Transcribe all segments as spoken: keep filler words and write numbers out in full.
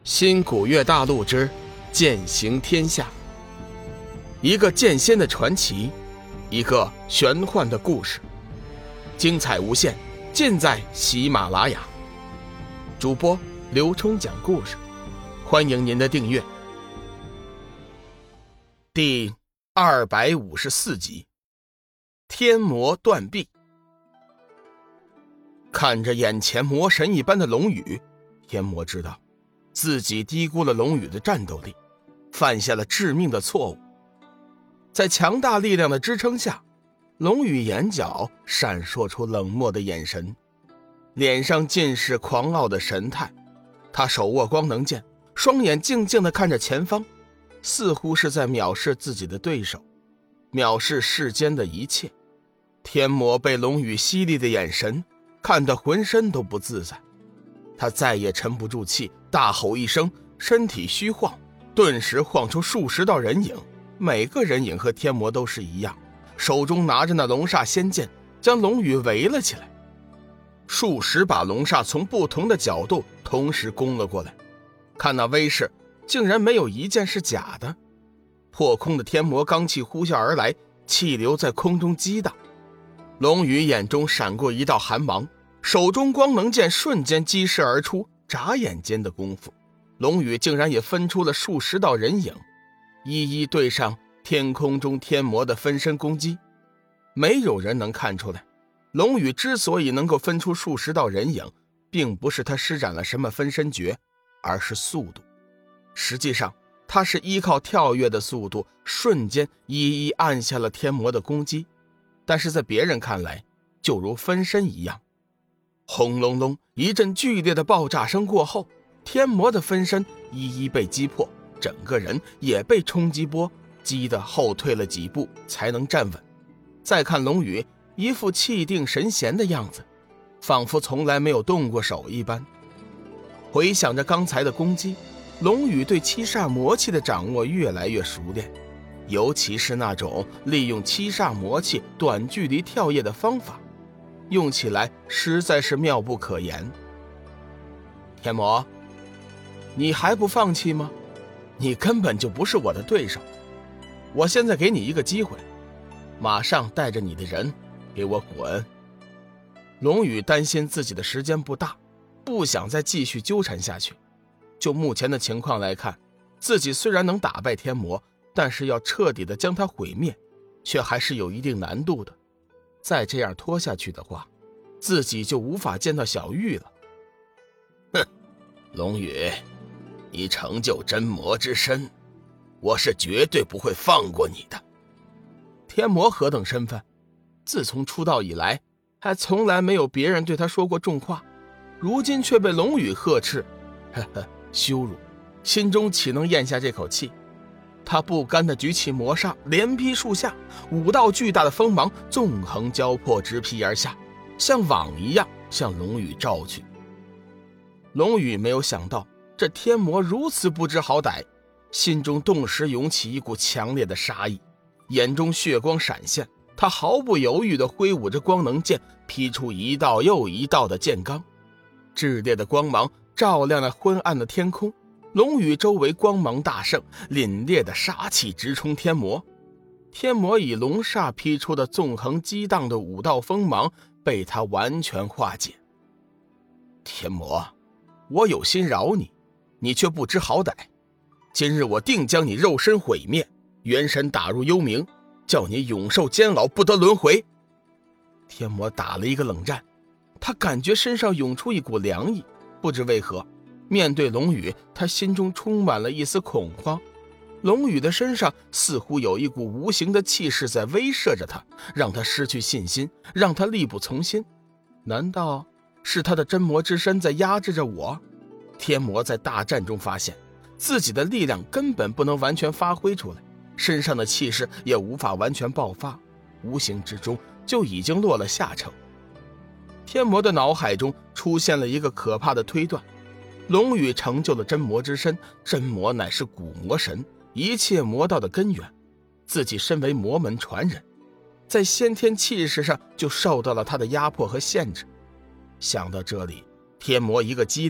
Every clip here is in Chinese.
新古月大陆之剑行天下，一个剑仙的传奇，一个玄幻的故事，精彩无限，尽在喜马拉雅。主播刘冲讲故事，欢迎您的订阅。第二百五十四集，天魔断臂。看着眼前魔神一般的龙宇，天魔知道自己低估了龙宇的战斗力，犯下了致命的错误。在强大力量的支撑下，龙宇眼角闪烁出冷漠的眼神，脸上尽是狂傲的神态。他手握光能剑，双眼静静地看着前方，似乎是在藐视自己的对手，藐视世间的一切。天魔被龙宇犀利的眼神看得浑身都不自在，他再也沉不住气，大吼一声，身体虚晃，顿时晃出数十道人影。每个人影和天魔都是一样，手中拿着那龙煞仙剑，将龙宇围了起来。数十把龙煞从不同的角度同时攻了过来，看那威势，竟然没有一件是假的。破空的天魔罡气呼啸而来，气流在空中激荡。龙宇眼中闪过一道寒芒，手中光能剑瞬间击射而出，眨眼间的功夫，龙宇竟然也分出了数十道人影，一一对上天空中天魔的分身攻击。没有人能看出来，龙宇之所以能够分出数十道人影，并不是他施展了什么分身诀，而是速度。实际上他是依靠跳跃的速度，瞬间一一按下了天魔的攻击，但是在别人看来就如分身一样。轰隆隆一阵剧烈的爆炸声过后，天魔的分身一一被击破，整个人也被冲击波击得后退了几步才能站稳。再看龙宇，一副气定神闲的样子，仿佛从来没有动过手一般。回想着刚才的攻击，龙宇对七煞魔气的掌握越来越熟练，尤其是那种利用七煞魔气短距离跳跃的方法，用起来实在是妙不可言。天魔，你还不放弃吗？你根本就不是我的对手，我现在给你一个机会，马上带着你的人给我滚。龙宇担心自己的时间不大，不想再继续纠缠下去。就目前的情况来看，自己虽然能打败天魔，但是要彻底的将他毁灭，却还是有一定难度的。再这样拖下去的话，自己就无法见到小玉了。 哼，龙宇，你成就真魔之身，我是绝对不会放过你的。 天魔何等身份，自从出道以来还从来没有别人对他说过重话，如今却被龙宇呵斥，呵呵，羞辱，心中岂能咽下这口气。他不甘地举起魔煞，连劈数下，五道巨大的锋芒纵横交破，直劈而下，像网一样向龙宇照去。龙宇没有想到这天魔如此不知好歹，心中顿时涌起一股强烈的杀意，眼中血光闪现，他毫不犹豫地挥舞着光能剑，劈出一道又一道的剑罡，炽烈的光芒照亮了昏暗的天空。龙宇周围光芒大盛，凛冽的杀气直冲天魔。天魔以龙煞劈出的纵横激荡的五道锋芒被他完全化解。 天魔，我有心饶你，你却不知好歹。今日我定将你肉身毁灭，元神打入幽冥，叫你永受煎熬，不得轮回。 天魔打了一个冷战，他感觉身上涌出一股凉意，不知为何，面对龙宇，他心中充满了一丝恐慌。龙宇的身上似乎有一股无形的气势在威慑着他，让他失去信心，让他力不从心。难道是他的真魔之身在压制着我？天魔在大战中发现自己的力量根本不能完全发挥出来，身上的气势也无法完全爆发，无形之中就已经落了下乘。天魔的脑海中出现了一个可怕的推断，龙宇成就了真魔之身，真魔乃是古魔神，一切魔道的根源。自己身为魔门传人，在先天气势上就受到了他的压迫和限制。想到这里，天魔一个机灵，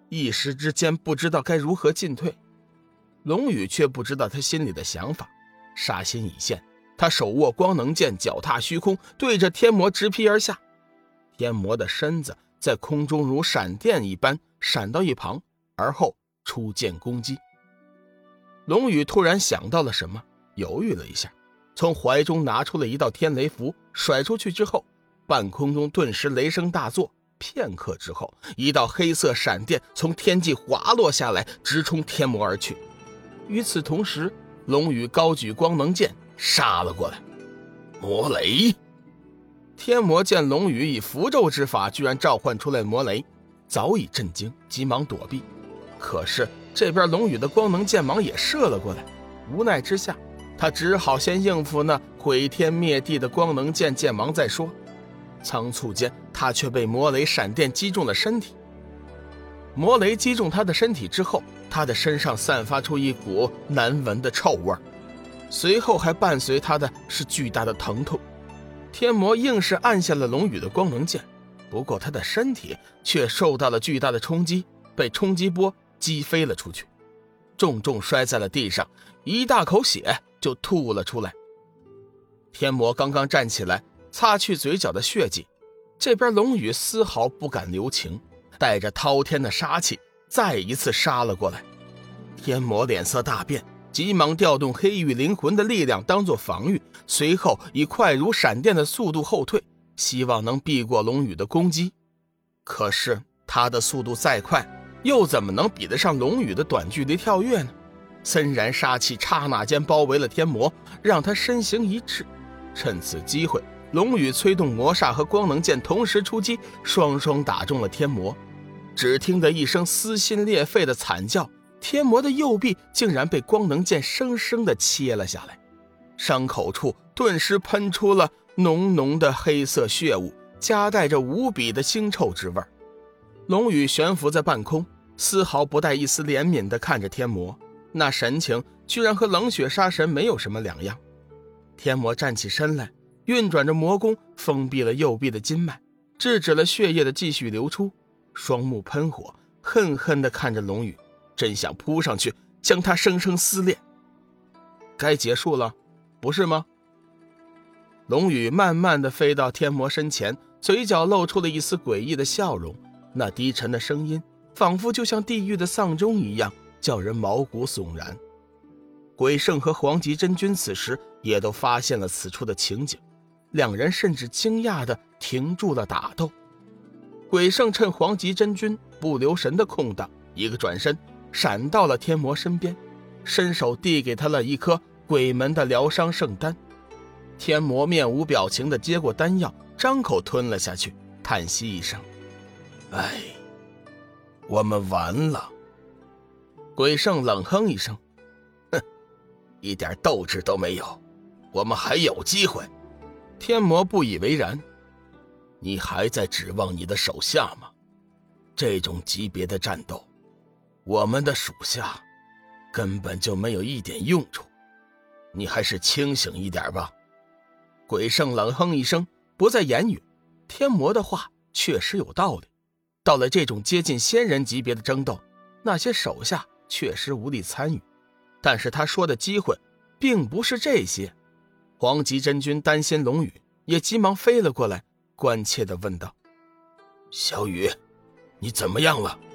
一时之间不知道该如何进退。龙宇却不知道他心里的想法，杀心已现，他手握光能剑，脚踏虚空，对着天魔直劈而下。天魔的身子在空中如闪电一般闪到一旁，而后出剑攻击。龙宇突然想到了什么，犹豫了一下，从怀中拿出了一道天雷符，甩出去之后，半空中顿时雷声大作。片刻之后，一道黑色闪电从天际滑落下来，直冲天魔而去。与此同时，龙宇高举光能剑杀了过来。魔雷！天魔见龙宇以符咒之法居然召唤出来魔雷，早已震惊，急忙躲避。可是这边龙宇的光能剑芒也射了过来，无奈之下，他只好先应付那毁天灭地的光能剑剑芒再说。仓促间，他却被魔雷闪电击中了身体。魔雷击中他的身体之后，他的身上散发出一股难闻的臭味，随后还伴随他的是巨大的疼痛。天魔硬是按下了龙宇的光能剑，不过他的身体却受到了巨大的冲击，被冲击波击飞了出去，重重摔在了地上，一大口血就吐了出来。天魔刚刚站起来，擦去嘴角的血迹，这边龙宇丝毫不敢留情，带着滔天的杀气再一次杀了过来。天魔脸色大变，急忙调动黑域灵魂的力量当作防御，随后以快如闪电的速度后退，希望能避过龙宇的攻击。可是他的速度再快，又怎么能比得上龙宇的短距离跳跃呢？森然杀气刹那间包围了天魔，让他身形一滞。趁此机会，龙宇催动魔煞和光能剑同时出击，双双打中了天魔。只听得一声撕心裂肺的惨叫，天魔的右臂竟然被光能剑生生地切了下来，伤口处顿时喷出了浓浓的黑色血雾，夹带着无比的腥臭之味。龙宇悬浮在半空，丝毫不带一丝怜悯地看着天魔，那神情居然和冷血杀神没有什么两样。天魔站起身来，运转着魔功封闭了右臂的筋脉，制止了血液的继续流出，双目喷火，恨恨地看着龙宇，真想扑上去将他生生撕裂。该结束了，不是吗？龙宇慢慢地飞到天魔身前，嘴角露出了一丝诡异的笑容，那低沉的声音仿佛就像地狱的丧钟一样，叫人毛骨悚然。鬼圣和黄极真君此时也都发现了此处的情景，两人甚至惊讶地停住了打斗。鬼圣趁黄极真君不留神的空档，一个转身闪到了天魔身边，伸手递给他了一颗鬼门的疗伤圣丹。天魔面无表情地接过丹药，张口吞了下去，叹息一声：哎，我们完了。鬼圣冷哼一声：哼，一点斗志都没有，我们还有机会。天魔不以为然：你还在指望你的手下吗？这种级别的战斗，我们的属下根本就没有一点用处，你还是清醒一点吧。鬼圣冷哼一声，不再言语。天魔的话确实有道理，到了这种接近仙人级别的争斗，那些手下确实无力参与。但是他说的机会并不是这些。黄极真君担心龙宇，也急忙飞了过来，关切地问道：小雨，你怎么样了？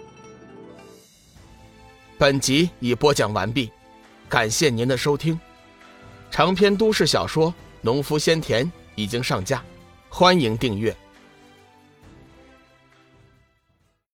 本集已播讲完毕，感谢您的收听。长篇都市小说《农夫先田》已经上架，欢迎订阅。